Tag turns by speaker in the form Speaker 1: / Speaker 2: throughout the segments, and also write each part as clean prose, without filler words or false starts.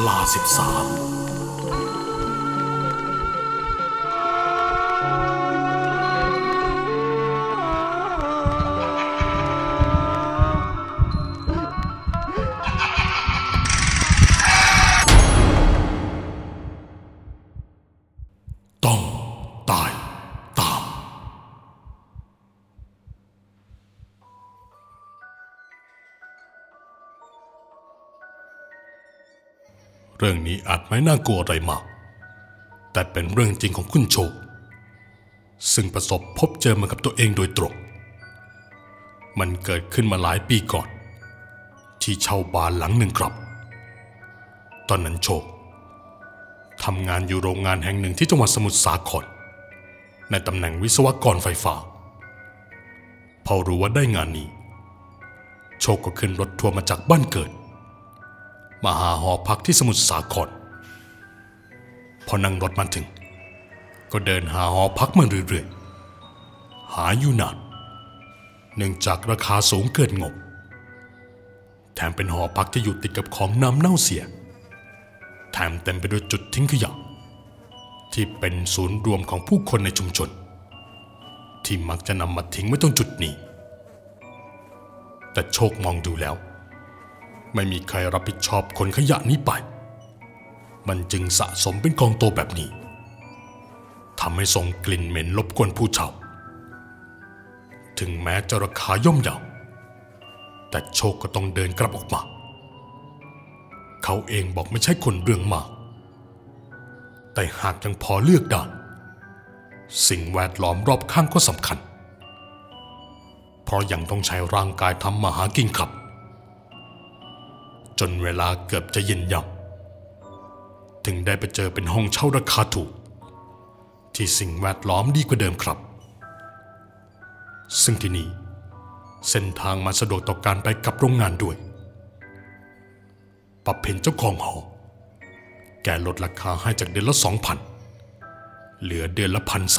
Speaker 1: ลา13ต้องตายตามเรื่องนี้อาจไม่น่ากลัวอะไรมากแต่เป็นเรื่องจริงของคุณโชคซึ่งประสบพบเจอมากับตัวเองโดยตรงมันเกิดขึ้นมาหลายปีก่อนที่เช่าบ้านหลังหนึ่งครับตอนนั้นโชคทำงานอยู่โรงงานแห่งหนึ่งที่จังหวัดสมุทรสาครในตำแหน่งวิศวกรไฟฟ้าพอรู้ว่าได้งานนี้โชคก็ขึ้นรถทัวร์มาจากบ้านเกิดมาหาหอพักที่สมุทรสาครพอนั่งรถมาถึงก็เดินหาหอพักมาเรื่อยๆหาอยู่นานเนื่องจากราคาสูงเกินงบแถมเป็นหอพักที่อยู่ติดกับของน้ำเน่าเสียแถมเต็มไปด้วยจุดทิ้งขยะที่เป็นศูนย์รวมของผู้คนในชุมชนที่มักจะนำมาทิ้งไว้ตรงจุดนี้แต่โชคมองดูแล้วไม่มีใครรับผิดชอบขนขยะนี้ไปมันจึงสะสมเป็นกองโตแบบนี้ทำให้ส่งกลิ่นเหม็นรบกวนผู้เช่าถึงแม้จะราคาย่อมเยาแต่โชคก็ต้องเดินกลับออกมาเขาเองบอกไม่ใช่คนเรื่องมากแต่หากยังพอเลือกได้สิ่งแวดล้อมรอบข้างก็สำคัญเพราะยังต้องใช้ร่างกายทำมาหากินครับจนเวลาเกือบจะเย็นยำถึงได้ไปเจอเป็นห้องเช่าราคาถูกที่สิ่งแวดล้อมดีกว่าเดิมครับซึ่งที่นี่เส้นทางมาสะดวกต่อการไปกับโรงงานด้วยป้าเพ็ญเจ้าของหอแกลดราคาให้จากเดือนละ 2,000 เหลือเดือนละ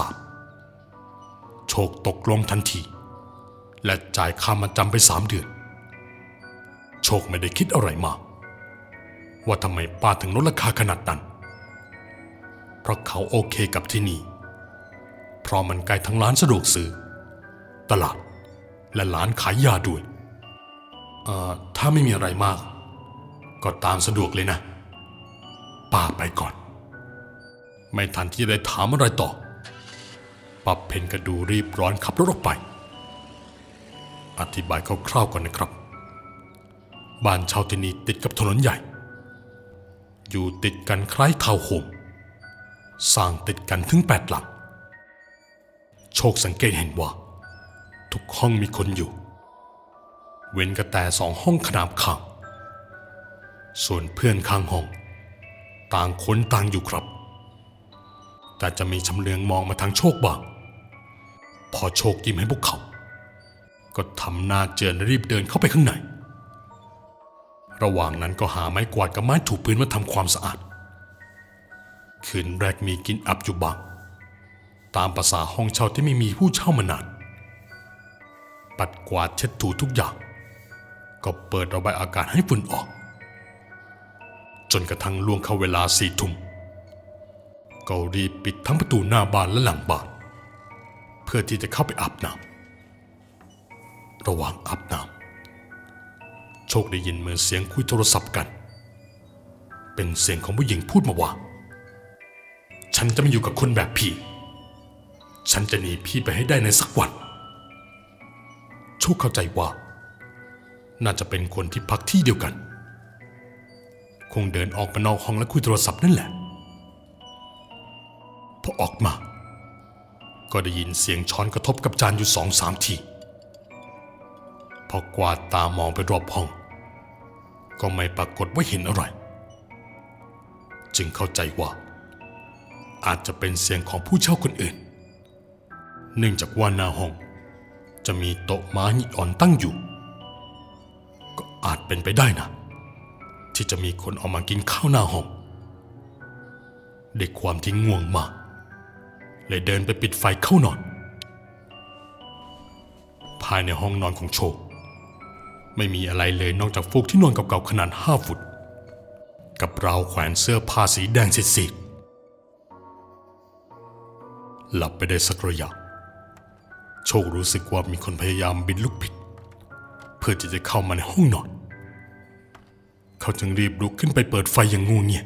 Speaker 1: 1,300 โชคตกลงทันทีและจ่ายค่ามาจำไป3 เดือนโชคไม่ได้คิดอะไรมากว่าทำไมป้าถึงลดราคาขนาดนั้นเพราะเขาโอเคกับที่นี่เพราะมันใกล้ทั้งร้านสะดวกซื้อตลาดและร้านขายยาด้วยถ้าไม่มีอะไรมากก็ตามสะดวกเลยนะป้าไปก่อนไม่ทันที่จะได้ถามอะไรต่อป้าเพ็ญก็ดูรีบร้อนขับรถออกไปอธิบายคร่าวๆก่อนนะครับบ้านเช่าที่นี่ติดกับถนนใหญ่อยู่ติดกันคล้ายทาวน์โฮมสร้างติดกันถึง8 หลังโชคสังเกตเห็นว่าทุกห้องมีคนอยู่เว้นแต่2 ห้องขนาบข้างส่วนเพื่อนข้างห้องต่างคนต่างอยู่ครับแต่จะมีชำเลืองมองมาทางโชคบ้างพอโชคยิ้มให้พวกเขาก็ทำหน้าเจือนรีบเดินเข้าไปข้างในระหว่างนั้นก็หาไม้กวาดกับไม้ถูพื้นมาทำความสะอาดคืนแรกมีกลิ่นอับอยู่บ้างตามประสาห้องเช่าที่ไม่มีผู้เช่ามานานปัดกวาดเช็ดถูทุกอย่างก็เปิดระบายอากาศให้ฝุ่นออกจนกระทั่งล่วงเข้าเวลา4 ทุ่มก็รีบปิดทั้งประตูหน้าบ้านและหลังบ้านเพื่อที่จะเข้าไปอาบน้ำระหว่างอาบน้ำโชคได้ยินเหมือนเสียงคุยโทรศัพท์กันเป็นเสียงของผู้หญิงพูดมาว่าฉันจะไม่อยู่กับคนแบบพี่ฉันจะหนีพี่ไปให้ได้ในสักวันโชคเข้าใจว่าน่าจะเป็นคนที่พักที่เดียวกันคงเดินออกมานอกห้องและคุยโทรศัพท์นั่นแหละพอออกมาก็ได้ยินเสียงช้อนกระทบกับจานอยู่2-3 ทีพอกวาดตามองไปรอบห้องก็ไม่ปรากฏว่าเห็นอะไรจึงเข้าใจว่าอาจจะเป็นเสียงของผู้เช่าคนอื่นเนื่องจากว่าหน้าห้องจะมีโต๊ะม้าหินอ่อนตั้งอยู่ก็อาจเป็นไปได้นะที่จะมีคนเอามากินข้าวหน้าห้องด้วยความที่ง่วงมากเลยเดินไปปิดไฟเข้านอนภายในห้องนอนของโชคไม่มีอะไรเลยนอกจากฟูกที่นอนเก่าๆขนาด5 ฟุตกับราวแขวนเสื้อผ้าสีแดงซีดๆหลับไปได้สักระยะโชครู้สึกว่ามีคนพยายามบินลูกบิดเพื่อที่จะเข้ามาในห้องนอนเขาจึงรีบลุกขึ้นไปเปิดไฟอย่างงูเงีย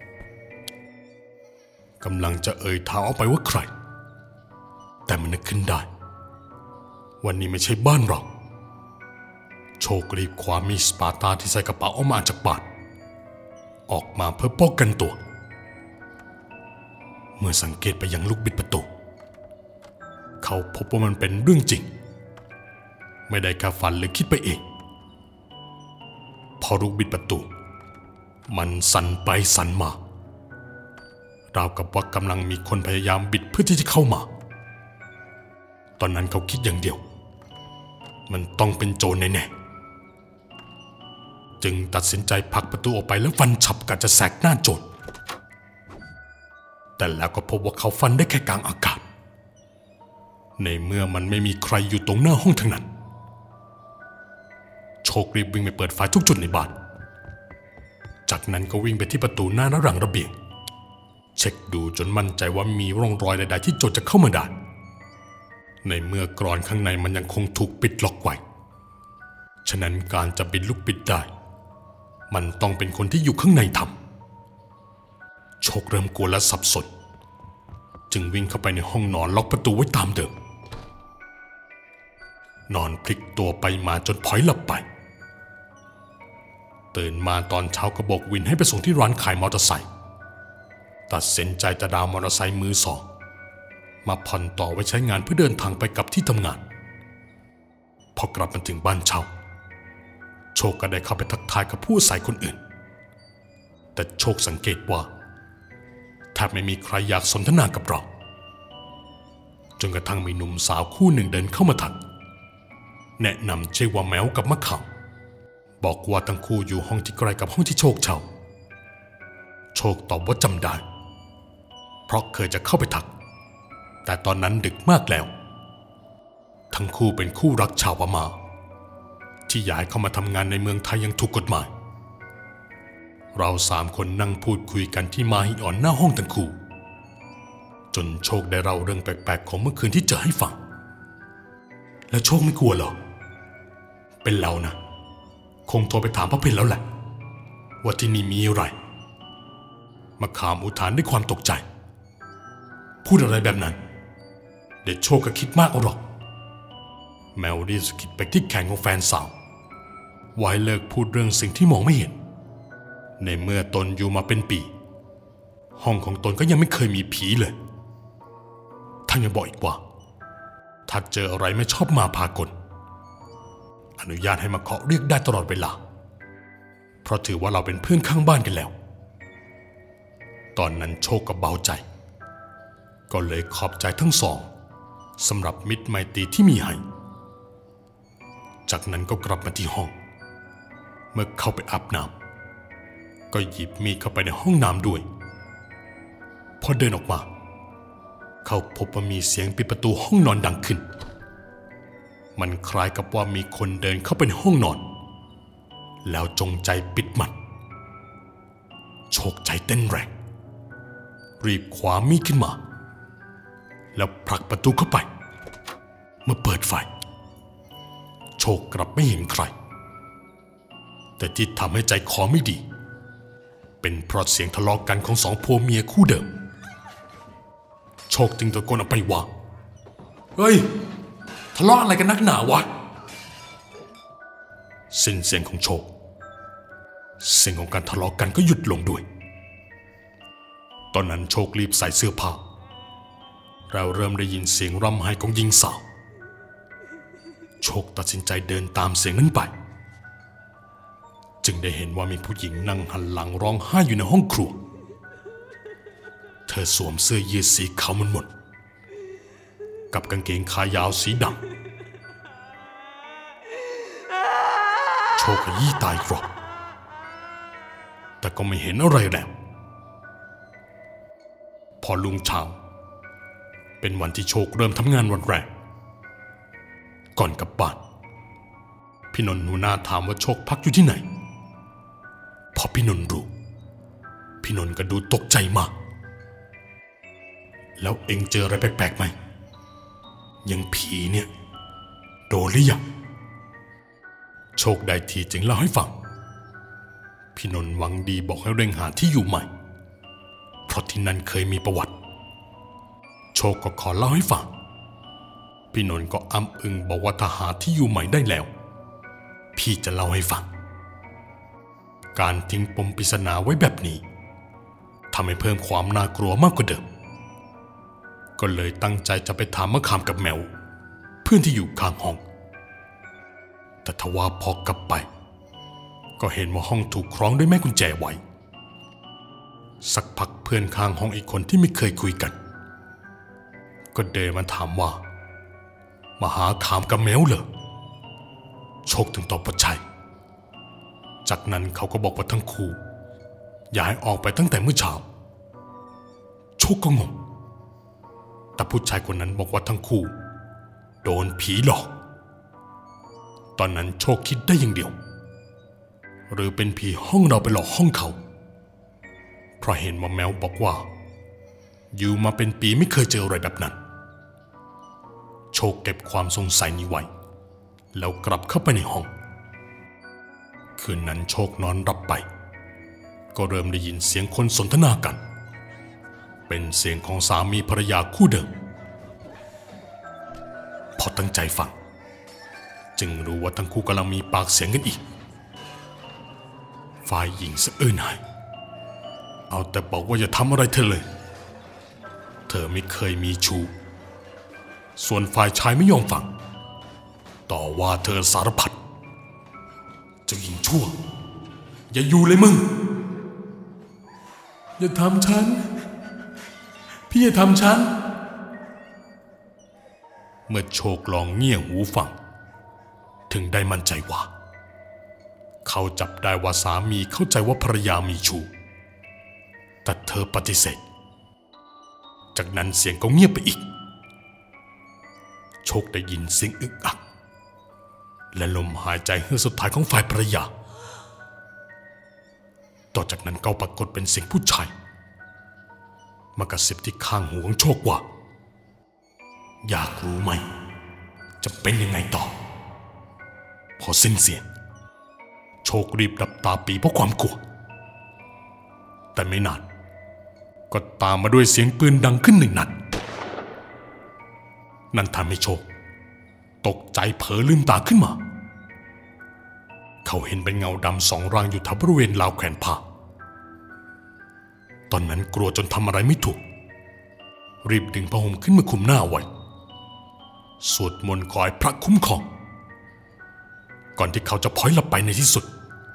Speaker 1: กำลังจะเอ่ยถามออกไปว่าใครแต่มันนึกขึ้นได้วันนี้ไม่ใช่บ้านเราโชครีบคว้ามีดสปาร์ตาที่ใส่กระเป๋าออกมาจากบ้านออกมาเพื่อป้องกันตัวเมื่อสังเกตไปยังลูกบิดประตูเขาพบว่ามันเป็นเรื่องจริงไม่ได้แค่ฝันหรือคิดไปเองพอลูกบิดประตูมันสั่นไปสั่นมาราวกับว่ากำลังมีคนพยายามบิดเพื่อที่จะเข้ามาตอนนั้นเขาคิดอย่างเดียวมันต้องเป็นโจรแน่ๆจึงตัดสินใจผลักประตูออกไปแล้วฟันฉับกะจะแสกหน้าโจรแต่แล้วก็พบว่าเขาฟันได้แค่กลางอากาศในเมื่อมันไม่มีใครอยู่ตรงหน้าห้องทั้งนั้นโชครีบวิ่งไปเปิดไฟทุกจุดในบ้านจากนั้นก็วิ่งไปที่ประตูหน้าและหลังระเบียงเช็คดูจนมั่นใจว่ามีร่องรอยใดๆที่โจรจะเข้ามาได้ในเมื่อกรอนข้างในมันยังคงถูกปิดล็อกไว้ฉะนั้นการจะบิดลูกบิดได้มันต้องเป็นคนที่อยู่ข้างในทำโชคเริ่มกลัวและสับสนจึงวิ่งเข้าไปในห้องนอนล็อกประตูไว้ตามเดิมนอนพลิกตัวไปมาจนพลอยหลับไปตื่นมาตอนเช้าก็บอกวินให้ไปส่งที่ร้านขายมอเตอร์ไซค์ตัดสินใจจะดาวมอเตอร์ไซค์มือสองมาผ่อนต่อไว้ใช้งานเพื่อเดินทางไปกับที่ทำงานพอกลับมาถึงบ้านเช่าโชคก็ได้เข้าไปทักทายกับผู้อาศัยคนอื่นแต่โชคสังเกตว่าแทบไม่มีใครอยากสนทนากับเราจนกระทั่งมีหนุ่มสาวคู่หนึ่งเดินเข้ามาทักแนะนำชื่อว่าแมวกับมะขามบอกว่าทั้งคู่อยู่ห้องที่ใกล้กับห้องที่โชคเช่าโชคตอบว่าจำได้เพราะเคยจะเข้าไปทักแต่ตอนนั้นดึกมากแล้วทั้งคู่เป็นคู่รักชาวพม่าที่ย้ายเข้ามาทำงานในเมืองไทยอย่างถูกกฎหมายเรา3 คนนั่งพูดคุยกันที่มาฮิออนหน้าห้องทั้งคู่จนโชคได้เล่าเรื่องแปลกๆของเมื่อคืนที่เจอให้ฟังแล้วโชคไม่กลัวเหรอเป็นเรานะคงโทรไปถามพระเพลแล้วแหละว่าที่นี่มีอะไรมะขามอุทานด้วยความตกใจพูดอะไรแบบนั้นเด็กโชคก็คิดมากเอาหรอกแมวรีบสะกิดไปที่แขนของแฟนสาวไว้เลิกพูดเรื่องสิ่งที่มองไม่เห็นในเมื่อตนอยู่มาเป็นปีห้องของตนก็ยังไม่เคยมีผีเลยท่านยังบอกอีกว่าถ้าเจออะไรไม่ชอบมาพากลอนุญาตให้มาเคาะเรียกได้ตลอดเวลาเพราะถือว่าเราเป็นเพื่อนข้างบ้านกันแล้วตอนนั้นโชคก็เบาใจก็เลยขอบใจทั้งสองสำหรับมิตรไมตรีที่มีให้จากนั้นก็กลับมาที่ห้องเมื่อเข้าไปอาบน้ำก็หยิบมีดเข้าไปในห้องน้ำด้วยพอเดินออกมาเขาพบว่ามีเสียงปิดประตูห้องนอนดังขึ้นมันคล้ายกับว่ามีคนเดินเข้าไปในห้องนอนแล้วจงใจปิดมันโชคใจเต้นแรงรีบคว้ามีดขึ้นมาแล้วผลักประตูเข้าไปเมื่อเปิดไฟโชคกลับไม่เห็นใครแต่ที่ทำให้ใจคอไม่ดีเป็นเพราะเสียงทะเลาะกันของ2 ผัวเมียคู่เดิมโชคจึงตะโกนออกไปว่าเฮ้ยทะเลาะอะไรกันนักหนาวะสิ้นเสียงของโชคเสียงของการทะเลาะกันก็หยุดลงด้วยตอนนั้นโชครีบใส่เสื้อผ้าเราเริ่มได้ยินเสียงร่ำไห้ของหญิงสาวโชคตัดสินใจเดินตามเสียงนั้นไปจึงได้เห็นว่ามีผู้หญิงนั่งหันหลังร้องไห้อยู่ในห้องครัวเธอสวมเสื้อยืดสีขาวหมดกับกางเกงขายาวสีดำโชคขยี้ตายกรอบแต่ก็ไม่เห็นอะไรแล้วพอรุ่งเช้าเป็นวันที่โชคเริ่มทำงานวันแรกก่อนกลับบ้านพี่นนท์หัวหน้าถามว่าโชคพักอยู่ที่ไหนพอพี่นนท์รู้พี่นนท์ก็ดูตกใจมากแล้วเอ็งเจออะไรแปลกๆไหมยังผีเนี่ยโดนหรือยังโชคได้ทีจึงเล่าให้ฟังพี่นนท์หวังดีบอกให้เร่งหาที่อยู่ใหม่เพราะที่นั่นเคยมีประวัติโชคก็ขอเล่าให้ฟังพี่นนท์ก็อ้ำอึงบอกว่าถ้าหาที่อยู่ใหม่ได้แล้วพี่จะเล่าให้ฟังการทิ้งปมปริศนาไว้แบบนี้ทำให้เพิ่มความน่ากลัวมากกว่าเดิมก็เลยตั้งใจจะไปถามมะขามกับแมวเพื่อนที่อยู่ข้างห้องแต่ทว่าพอกลับไปก็เห็นว่าห้องถูกคล้องด้วยแม่กุญแจไว้สักพักเพื่อนข้างห้องอีกคนที่ไม่เคยคุยกันก็เดินมาถามว่ามาหาขามกับแมวเหรอโชคถึงตอบว่าใช่จากนั้นเขาก็บอกว่าทั้งคู่ย้ายออกไปตั้งแต่เมื่อเช้าโชคก็งงแต่ผู้ชายคนนั้นบอกว่าทั้งคู่โดนผีหลอกตอนนั้นโชคคิดได้อย่างเดียวหรือเป็นผีห้องเราไปหลอกห้องเขาเพราะเห็นว่าแมวบอกว่าอยู่มาเป็นปีไม่เคยเจออะไรแบบนั้นโชคเก็บความสงสัยนี้ไว้แล้วกลับเข้าไปในห้องคืนนั้นโชคนอนหลับไปก็เริ่มได้ยินเสียงคนสนทนากันเป็นเสียงของสามีภรรยาคู่เดิมพอตั้งใจฟังจึงรู้ว่าทั้งคู่กำลังมีปากเสียงกันอีกฝ่ายหญิงสะอื้นหายเอาแต่บอกว่าอย่าทำอะไรเธอเลยเธอไม่เคยมีชู้ส่วนฝ่ายชายไม่ยอมฟังต่อว่าเธอสารพัดเจ้าหญิงชั่วอย่าอยู่เลยมึงอย่าทำฉันพี่อย่าทำฉันเมื่อโชคลองเงี่ยหูฟังถึงได้มั่นใจว่าเขาจับได้ว่าสามีเข้าใจว่าภรรยามีชู้แต่เธอปฏิเสธจากนั้นเสียงก็เงียบไปอีกโชคได้ยินเสียงอึกอักและลมหายใจเฮือกสุดท้ายของฝ่ายภรรยาต่อจากนั้นก็ปรากฏเป็นเสียงผู้ชายมากระซิบที่ข้างหูของโชคว่าอยากรู้ไหมจะเป็นยังไงต่อพอสิ้นเสียงโชครีบหลับตาปีเพราะความกลัวแต่ไม่นานก็ตามมาด้วยเสียงปืนดังขึ้น1 นัดนั่นทำให้โชคตกใจเผลอลืมตาขึ้นมาเขาเห็นเป็นเงาดำ2 ร่างอยู่แถวบริเวณราวแขวนผ้าตอนนั้นกลัวจนทำอะไรไม่ถูกรีบดึงผ้าห่มขึ้นมาคลุมหน้าไว้สวดมนต์ขอให้พระคุ้มครองก่อนที่เขาจะพลอยหลับไปในที่สุด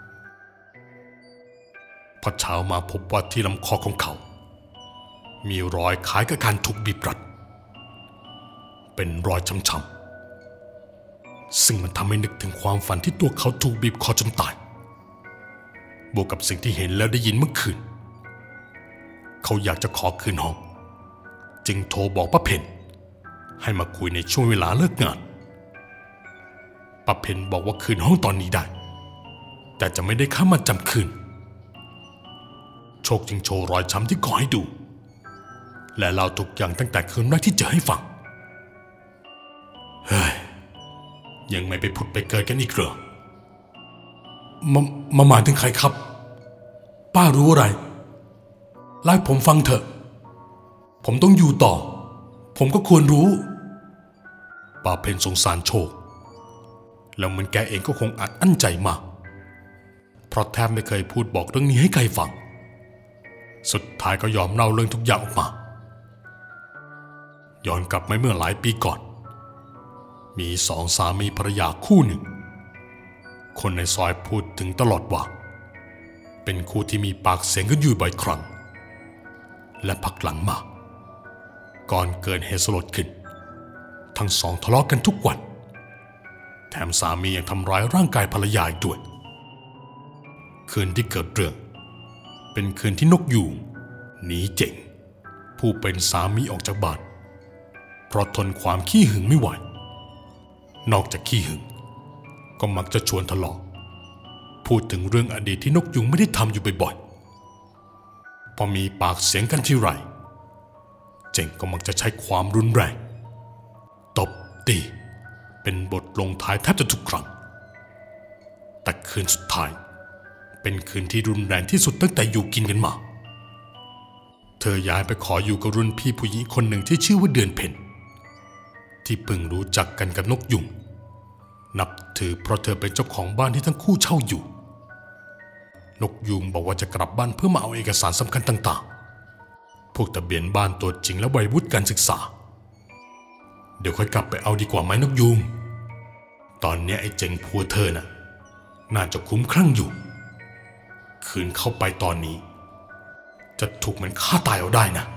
Speaker 1: พอเช้ามาพบว่าที่ลำคอของเขามีรอยคล้ายกับการถูกบีบรัดเป็นรอยช้ำๆซึ่งมันทำให้นึกถึงความฝันที่ตัวเขาถูกบีบคอจนตายบวกกับสิ่งที่เห็นแล้วได้ยินเมื่อคืนเขาอยากจะขอคืนห้องจึงโทรบอกป้าเพ็ญให้มาคุยในช่วงเวลาเลิกงานป้าเพ็ญบอกว่าคืนห้องตอนนี้ได้แต่จะไม่ได้ค่ามัดจำคืนโชคจึงโชว์รอยช้ำที่ก่อให้ดูและเล่าทุกอย่างตั้งแต่คืนแรกที่เจอให้ฟังเฮ้ยยังไม่ไปผุดไปเกิดกันอีกเหรอมาหมายถึงใครครับป้ารู้อะไรเล่าให้ผมฟังเถอะผมต้องอยู่ต่อผมก็ควรรู้ป้าเพ็ญสงสารโชคแล้วมันแกเองก็คงอัดอั้นใจมากเพราะแทบไม่เคยพูดบอกเรื่องนี้ให้ใครฟังสุดท้ายก็ยอมเล่าเรื่องทุกอย่างออกมาย้อนกลับไปเมื่อหลายปีก่อนมี2 สามีภรรยาคู่หนึ่งคนในซอยพูดถึงตลอดว่าเป็นคู่ที่มีปากเสียงกันอยู่บ่อยครั้งและพักหลังมาก่อนเกิดเหตุสลดขึ้นทั้ง2ทะเลาะกันทุกวันแถมสามียังทำร้ายร่างกายภรรยาอีกด้วยคืนที่เกิดเรื่องเป็นคืนที่นกยูงหนีเจ๋งผู้เป็นสามีออกจากบ้านเพราะทนความขี้หึงไม่ไหวนอกจากขี้หึงก็มักจะชวนทะเลาะพูดถึงเรื่องอดีตที่นกยูงไม่ได้ทำอยู่บ่อยพอมีปากเสียงกันทีไรเจ๋งก็มักจะใช้ความรุนแรงตบตีเป็นบทลงท้ายแทบจะทุกครั้งแต่คืนสุดท้ายเป็นคืนที่รุนแรงที่สุดตั้งแต่อยู่กินกันมาเธอย้ายไปขออยู่กับรุ่นพี่ผู้หญิงคนหนึ่งที่ชื่อว่าเดือนเพ็ญที่เพิ่งรู้จักกันกับนกยุงนับถือเพราะเธอเป็นเจ้าของบ้านที่ทั้งคู่เช่าอยู่นกยุงบอกว่าจะกลับบ้านเพื่อมาเอาเอกสารสำคัญต่างๆพวกทะเบียนบ้านตัวจริงและใบวุฒิการศึกษาเดี๋ยวค่อยกลับไปเอาดีกว่าไหมนกยุงตอนนี้ไอ้เจ๋งผัวเธอน่าจะคุ้มคลั่งอยู่คืนเข้าไปตอนนี้จะถูกมันฆ่าตายเอาได้นะ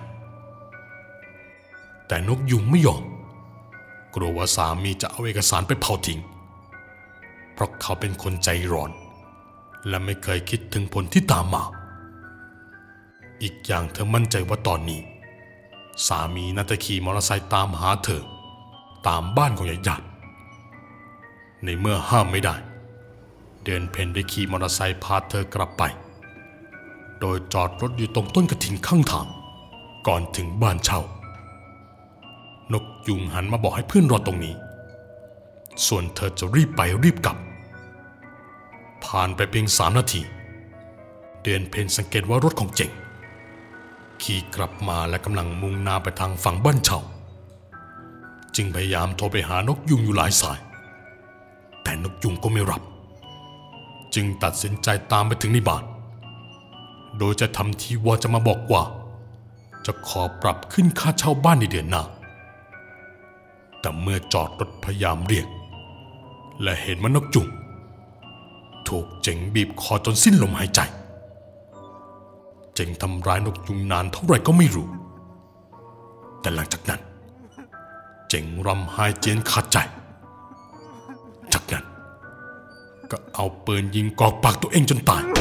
Speaker 1: แต่นกยุงไม่ยอมกลัวว่าสามีจะเอาเอกสารไปเผาทิ้งเพราะเขาเป็นคนใจร้อนและไม่เคยคิดถึงผลที่ตามมาอีกอย่างเธอมั่นใจว่าตอนนี้สามีน่าจะขี่มอเตอร์ไซค์ตามหาเธอตามบ้านของญาติในเมื่อห้ามไม่ได้เดือนเพ็ญได้ขี่มอเตอร์ไซค์พาเธอกลับไปโดยจอดรถอยู่ตรงต้นกระถิ่นข้างทางก่อนถึงบ้านเช่านกยุงหันมาบอกให้เพื่อนรอตรงนี้ส่วนเธอจะรีบไปรีบกลับผ่านไปเพียง3 นาทีเดือนเพ็ญสังเกตว่ารถของเจ๋งขี่กลับมาและกำลังมุ่งหน้าไปทางฝั่งบ้านเช่าจึงพยายามโทรไปหานกยุงอยู่หลายสายแต่นกยุงก็ไม่รับจึงตัดสินใจตามไปถึงในบ้านโดยจะทำทีว่าจะมาบอกว่าจะขอปรับขึ้นค่าเช่าบ้านในเดือนหน้าแต่เมื่อจอดรถพยายามเรียกและเห็นว่านกยุงถูกเจ๋งบีบคอจนสิ้นลมหายใจเจ๋งทำร้ายนกยุงนานเท่าไหร่ก็ไม่รู้แต่หลังจากนั้นเจ๋งรำไห้เจียนขาดใจจากนั้นก็เอาปืนยิงกอกปากตัวเองจนตาย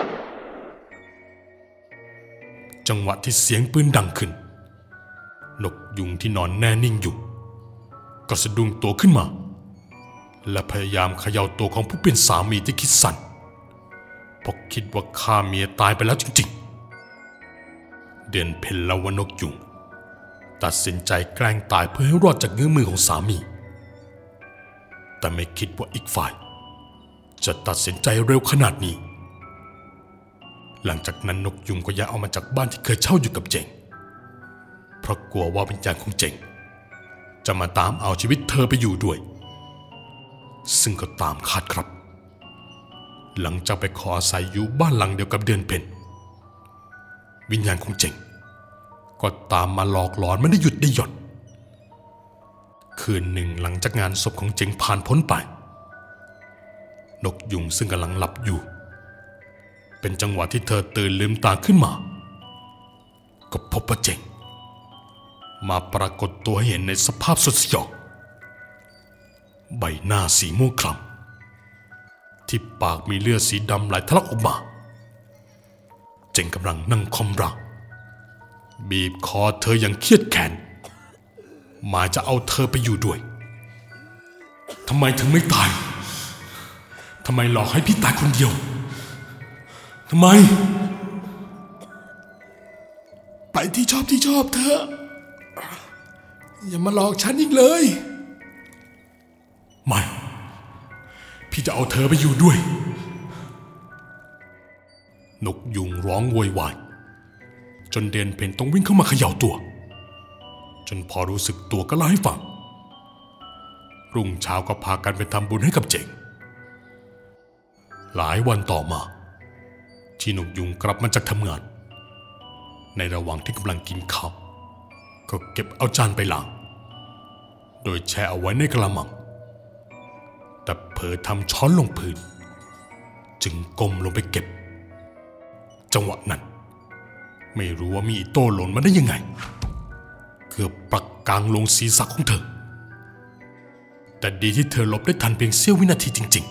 Speaker 1: จังหวะที่เสียงปืนดังขึ้นนกยุงที่นอนแน่นิ่งอยู่ก็สะดุ้งตัวขึ้นมาและพยายามเขย่าตัวของผู้เป็นสามีที่คิดสั่นเพราะคิดว่าฆ่าเมียตายไปแล้วจริงๆเดือนเพ็ญเล่าว่านกยุงตัดสินใจแกล้งตายเพื่อให้รอดจากเงื้อมือของสามีแต่ไม่คิดว่าอีกฝ่ายจะตัดสินใจเร็วขนาดนี้หลังจากนั้นนกยุงก็ย้ายออกมาจากบ้านที่เคยเช่าอยู่กับเจ๋งเพราะกลัวว่าวิญญาณของเจ๋งจะมาตามเอาชีวิตเธอไปอยู่ด้วยซึ่งก็ตามคาดครับหลังจากไปขออาศัยอยู่บ้านหลังเดียวกับเดือนเพ็ญวิญญาณของเจ๋งก็ตามมาหลอกหลอนไม่ได้หยุดได้หย่อนคืนหนึ่งหลังจากงานศพของเจ๋งผ่านพ้นไปนกยุงซึ่งกำลังหลับอยู่เป็นจังหวะที่เธอตื่นลืมตาขึ้นมาก็พบว่าเจ๋งมาปรากฏตัวให้เห็นในสภาพสุดสยองใบหน้าสีม่วงคล้ำที่ปากมีเลือดสีดำไหลทะลักออกมาเจ๋งกำลังนั่งคอมร่างบีบคอเธออย่างเครียดแค้นหมายจะเอาเธอไปอยู่ด้วยทำไมถึงไม่ตายทำไมหลอกให้พี่ตายคนเดียวทำไมไปที่ชอบเธออย่ามาหลอกฉันอีกเลยไม่พี่จะเอาเธอไปอยู่ด้วยนกยุงร้องโวยวายจนเดือนเพ็ญต้องวิ่งเข้ามาเขย่าตัวจนพอรู้สึกตัวก็เล่าให้ฟังรุ่งเช้าก็พากันไปทำบุญให้กับเจ๋งหลายวันต่อมาที่นกยุงกลับมาจากทำงานในระหว่างที่กำลังกินข้าวก็เก็บเอาจานไปล้างโดยแช่เอาไว้ในกระมังแต่เผลอทำช้อนลงพื้นจึงก้มลงไปเก็บจังหวะนั้นไม่รู้ว่ามีอิโต้หล่นมาได้ยังไงเกือบปักกลางลงศีรษะของเธอแต่ดีที่เธอหลบได้ทันเพียงเสี้ยววินาทีจริง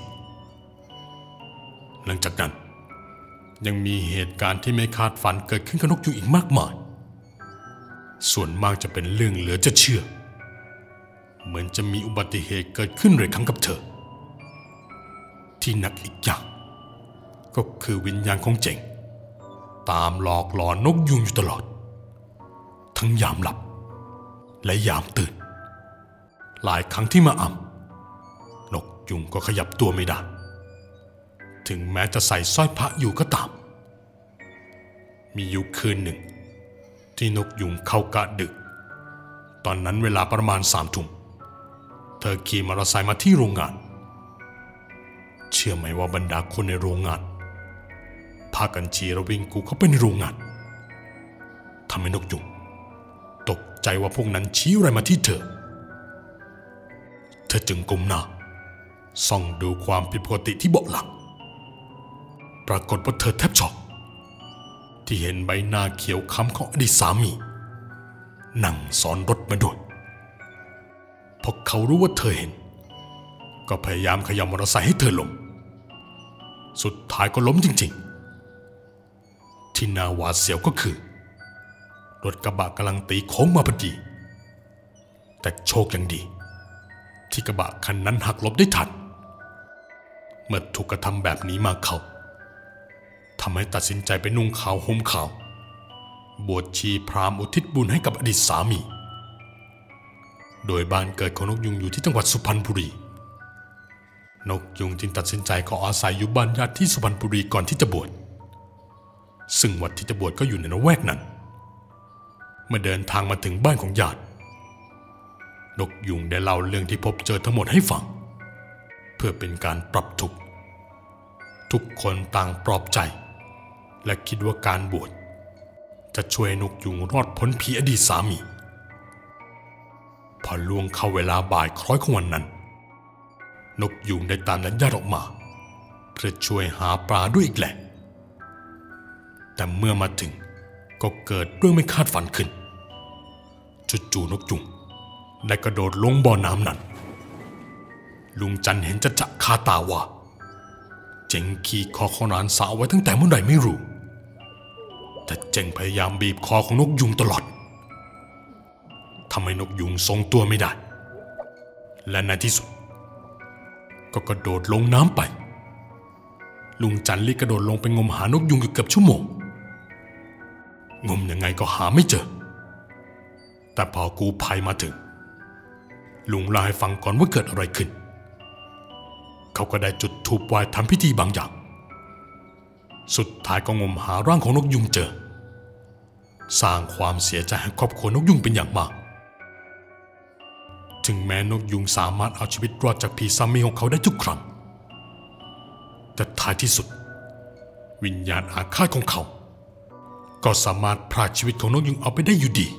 Speaker 1: ๆหลังจากนั้นยังมีเหตุการณ์ที่ไม่คาดฝันเกิดขึ้นกับนกยุงอีกมากมายส่วนมากจะเป็นเรื่องเหลือจะเชื่อเหมือนจะมีอุบัติเหตุเกิดขึ้นหลายครั้งกับเธอที่หนักอีกอย่างก็คือวิญญาณของเจ๋งตามหลอกหลอนนกยุงอยู่ตลอดทั้งยามหลับและยามตื่นหลายครั้งที่มานกยุงก็ขยับตัวไม่ได้ถึงแม้จะใส่สร้อยพระอยู่ก็ตามมีอยู่คืนหนึ่งที่นกยุงเข้ากะดึกตอนนั้นเวลาประมาณ3 ทุ่มเธอขี่มอเตอร์ไซค์มาที่โรงงานเชื่อไหมว่าบรรดาคนในโรงงานพากันชีระวิ่งกูเข้าไปในโรงงานทำให้นกยุงตกใจว่าพวกนั้นชี้อะไรมาที่เธอจึงก้มหน้าส่องดูความผิดปกติที่เบาะหลังปรากฏว่าเธอแทบช็อกที่เห็นใบหน้าเขียวค้ำของอดีตสามีนั่งซ้อนรถมาด้วยพอเขารู้ว่าเธอเห็นก็พยายามขยับมอเตอร์ไซค์ให้เธอล้มสุดท้ายก็ล้มจริงๆที่น่าหวาดเสียวก็คือรถกระบะกำลังตีโค้งมาพอดีแต่โชคยังดีที่กระบะคันนั้นหักหลบได้ทันเมื่อถูกกระทำแบบนี้มาเขาทำให้ตัดสินใจไปนุ่งขาวห่มขาวบวชชีพราหมณ์อุทิศบุญให้กับอดีตสามีโดยบ้านเกิดของนกยุงอยู่ที่จังหวัดสุพรรณบุรีนกยุงจึงตัดสินใจขออาศัยอยู่บ้านญาติที่สุพรรณบุรีก่อนที่จะบวชซึ่งวัดที่จะบวชก็อยู่ในละแวกนั้นเมื่อเดินทางมาถึงบ้านของญาตินกยุงได้เล่าเรื่องที่พบเจอทั้งหมดให้ฟังเพื่อเป็นการปรับทุกข์ทุกคนต่างปลอบใจและคิดว่าการบวชจะช่วยนกยุงรอดพ้นผีอดีตสามีพอล่วงเข้าเวลาบ่ายคล้อยของวันนั้นนกยุงได้ตามญาติออกมาเพื่อช่วยหาปลาด้วยอีกแหละแต่เมื่อมาถึงก็เกิดเรื่องไม่คาดฝันขึ้นจู่ๆนกยุงได้กระโดดลงบ่อน้ำนั้นลุงจันเห็นจะคาตาว่าเจ๋งขี่คอของหลานสาวไว้ตั้งแต่เมื่อไหร่ไม่รู้แต่เจ๋งพยายามบีบคอของนกยุงตลอดทำให้นกยุงทรงตัวไม่ได้และในที่สุดก็กระโดดลงน้ำไปลุงจันรีบกระโดดลงไปงมหานกยุงอยู่เกือบชั่วโมงงมยังไงก็หาไม่เจอแต่พอกู้ภัยมาถึงลุงเล่าให้ฟังก่อนว่าเกิดอะไรขึ้นเขาก็ได้จุดธูปไหว้ทำพิธีบางอย่างสุดท้ายก็งมหาร่างของนกยุงเจอสร้างความเสียใจให้ครอบครัวนกยุงเป็นอย่างมากถึงแม้นกยุงสามารถเอาชีวิตรอดจากผีสามีของเขาได้ทุกครั้งแต่ท้ายที่สุดวิญญาณอาฆาตของเขาก็สามารถพรากชีวิตของนกยุงเอาไปได้อยู่ดี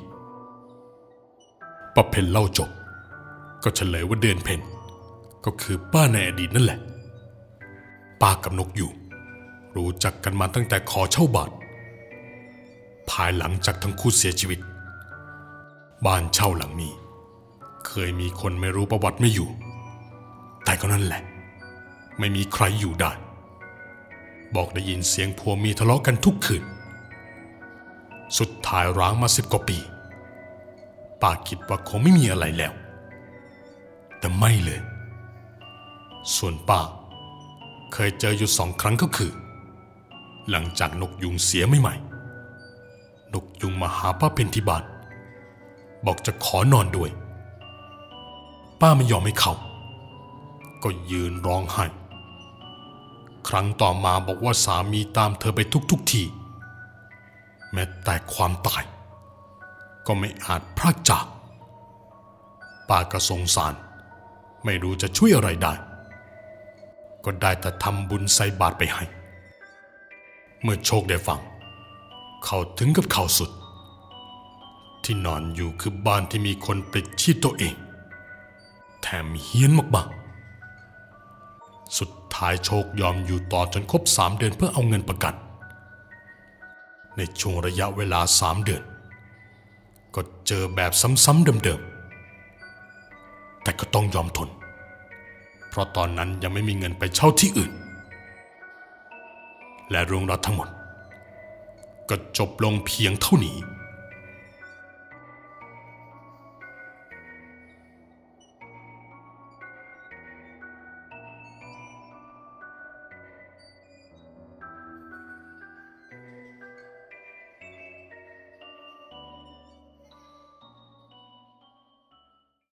Speaker 1: ป้าเพ็ญเล่าจบก็เฉลยว่าเดือนเพ็ญก็คือป้าในอดีตนั่นแหละป้ากับนกยุงรู้จักกันมาตั้งแต่ขอเช่าบ้านภายหลังจากทั้งคู่เสียชีวิตบ้านเช่าหลังนี้เคยมีคนไม่รู้ประวัติไม่อยู่แต่ก็นั่นแหละไม่มีใครอยู่ได้บอกได้ยินเสียงผัวเมียทะเลาะกันทุกคืนสุดท้ายร้างมา10 กว่าปีป้าคิดว่าคงไม่มีอะไรแล้วแต่ไม่เลยส่วนป้าเคยเจออยู่2 ครั้งก็คือหลังจากนกยุงเสียใหม่ๆนกยุงมาหาป้าเพ็ญที่บ้านบอกจะขอนอนด้วยป้าไม่ยอมให้เขาก็ยืนร้องไห้ครั้งต่อมาบอกว่าสามีตามเธอไปทุกที่แม้แต่ความตายก็ไม่อาจพรากจากป้าก็สงสารไม่รู้จะช่วยอะไรได้ก็ได้แต่ทำบุญใส่บาตรไปให้เมื่อโชคได้ฟังเขาถึงกับเข่าสุดที่นอนอยู่คือบ้านที่มีคนปลิดชีพตัวเองแถมเฮี้ยนมากๆสุดท้ายโชคยอมอยู่ต่อจนครบ3 เดือนเพื่อเอาเงินประกันในช่วงระยะเวลา3 เดือนก็เจอแบบซ้ำๆเดิมๆแต่ก็ต้องยอมทนเพราะตอนนั้นยังไม่มีเงินไปเช่าที่อื่นและเรื่องราวทั้งหมดก็จบลงเพียงเท่านี้